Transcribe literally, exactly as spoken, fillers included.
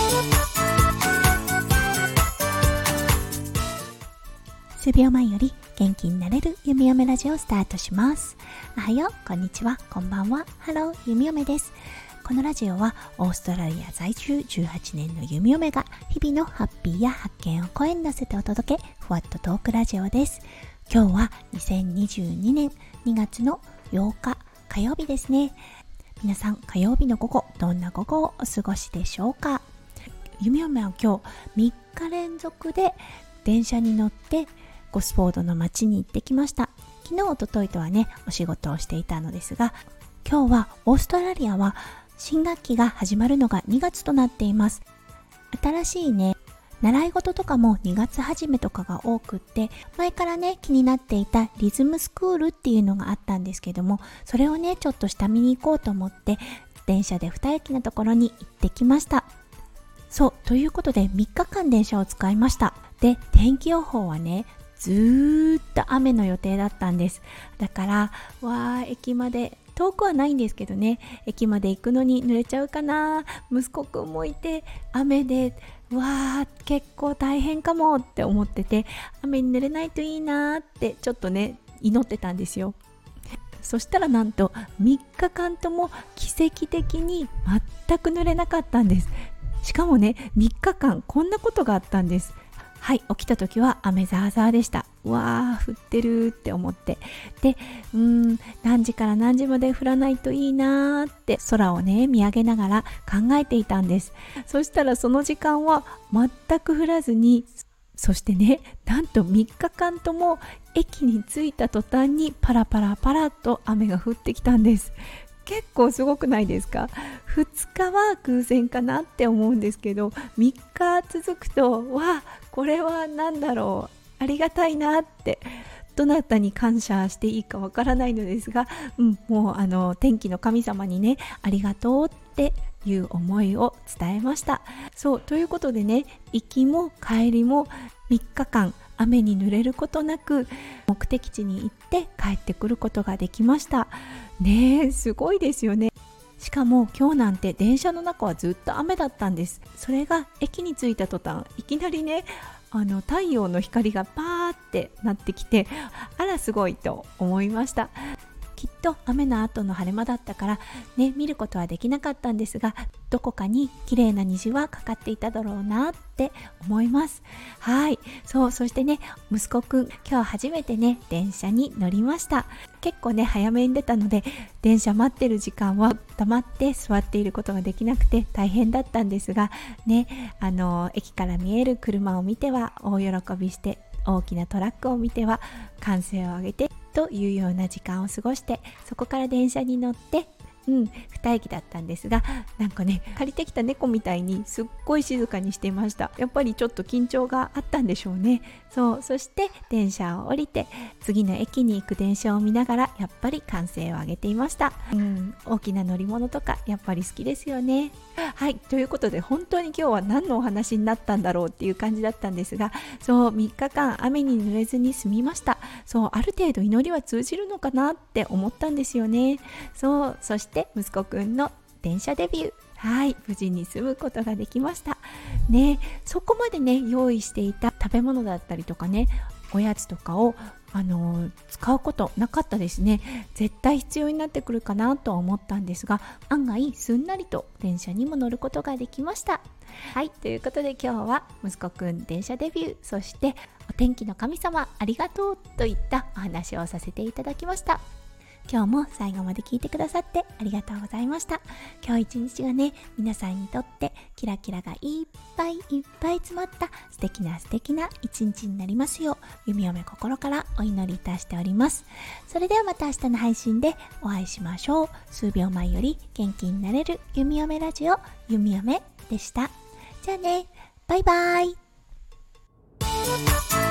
数秒前より元気になれる弓嫁ラジオをスタートします。おはよう、こんにちは、こんばんは。ハロー、弓嫁です。このラジオはオーストラリア在住じゅうはちねんの弓嫁が日々のハッピーや発見を声に乗せてお届け、ふわっとトークラジオです。今日はにせんにじゅうにねんにがつのようか火曜日ですね。皆さん、火曜日の午後、どんな午後をお過ごしでしょうか。弓嫁は今日みっか連続で電車に乗ってゴスフォードの街に行ってきました。昨日、おとといとはね、お仕事をしていたのですが、今日はオーストラリアは新学期が始まるのがにがつとなっています。新しいね、習い事とかもにがつ初めとかが多くって、前からね、気になっていたリズムスクールっていうのがあったんですけども、それをね、ちょっと下見に行こうと思って、電車でに駅のところに行ってきました。そう、ということでみっかかん電車を使いました。で、天気予報はね、ずーっと雨の予定だったんです。だから、わー、駅まで、遠くはないんですけどね、駅まで行くのに濡れちゃうかな、息子くんもいて、雨で、わー、結構大変かもって思ってて、雨に濡れないといいなーってちょっとね、祈ってたんですよ。そしたらなんとみっかかんとも奇跡的に全く濡れなかったんです。しかもね、みっかかんこんなことがあったんです。はい、起きた時は雨ザーザーでした。うわー、降ってるって思って。で、うーん、何時から何時まで降らないといいなーって空をね、見上げながら考えていたんです。そしたらその時間は全く降らずに、そしてね、なんとみっかかんとも駅に着いた途端にパラパラパラと雨が降ってきたんです。結構すごくないですか？ふつかは偶然かなって思うんですけど、みっか続くと、わあ、これは何だろう、ありがたいなって、どなたに感謝していいかわからないのですが、うん、もうあの天気の神様にね、ありがとうっていう思いを伝えました。そうということでね、行きも帰りもみっかかん雨に濡れることなく目的地に行って帰ってくることができましたね。え、すごいですよね。しかも今日なんて電車の中はずっと雨だったんです。それが駅に着いた途端、いきなりね、あの太陽の光がパーってなってきて、あらすごいと思いました。きっと雨の後の晴れ間だったからね、見ることはできなかったんですが、どこかに綺麗な虹はかかっていただろうなって思います。はい、そう、そしてね、息子くん今日初めてね、電車に乗りました。結構ね、早めに出たので、電車待ってる時間は黙って座っていることができなくて大変だったんですがね、あの駅から見える車を見ては大喜びして、大きなトラックを見ては歓声を上げてというような時間を過ごして、そこから電車に乗って、うん、に駅だったんですが、なんかね、借りてきた猫みたいにすっごい静かにしていました。やっぱりちょっと緊張があったんでしょうね。そう、そして電車を降りて次の駅に行く電車を見ながら、やっぱり歓声を上げていました。うん、大きな乗り物とかやっぱり好きですよね。はい、ということで本当に今日は何のお話になったんだろうっていう感じだったんですが、そう、みっかかん雨に濡れずに済みました。そう、ある程度祈りは通じるのかなって思ったんですよね。そう、そして息子くんの電車デビュー、はい、無事に済むことができましたね。そこまでね、用意していた食べ物だったりとかね、おやつとかをあの使うことなかったですね。絶対必要になってくるかなとは思ったんですが、案外すんなりと電車にも乗ることができました。はい、ということで今日は息子くん電車デビュー、そしてお天気の神様ありがとうといったお話をさせていただきました。今日も最後まで聞いてくださってありがとうございました。今日一日がね、皆さんにとってキラキラがいっぱいいっぱい詰まった素敵な素敵な一日になりますよう、弓嫁心からお祈りいたしております。それではまた明日の配信でお会いしましょう。数秒前より元気になれる弓嫁ラジオ、弓嫁でした。じゃあね、バイバイ。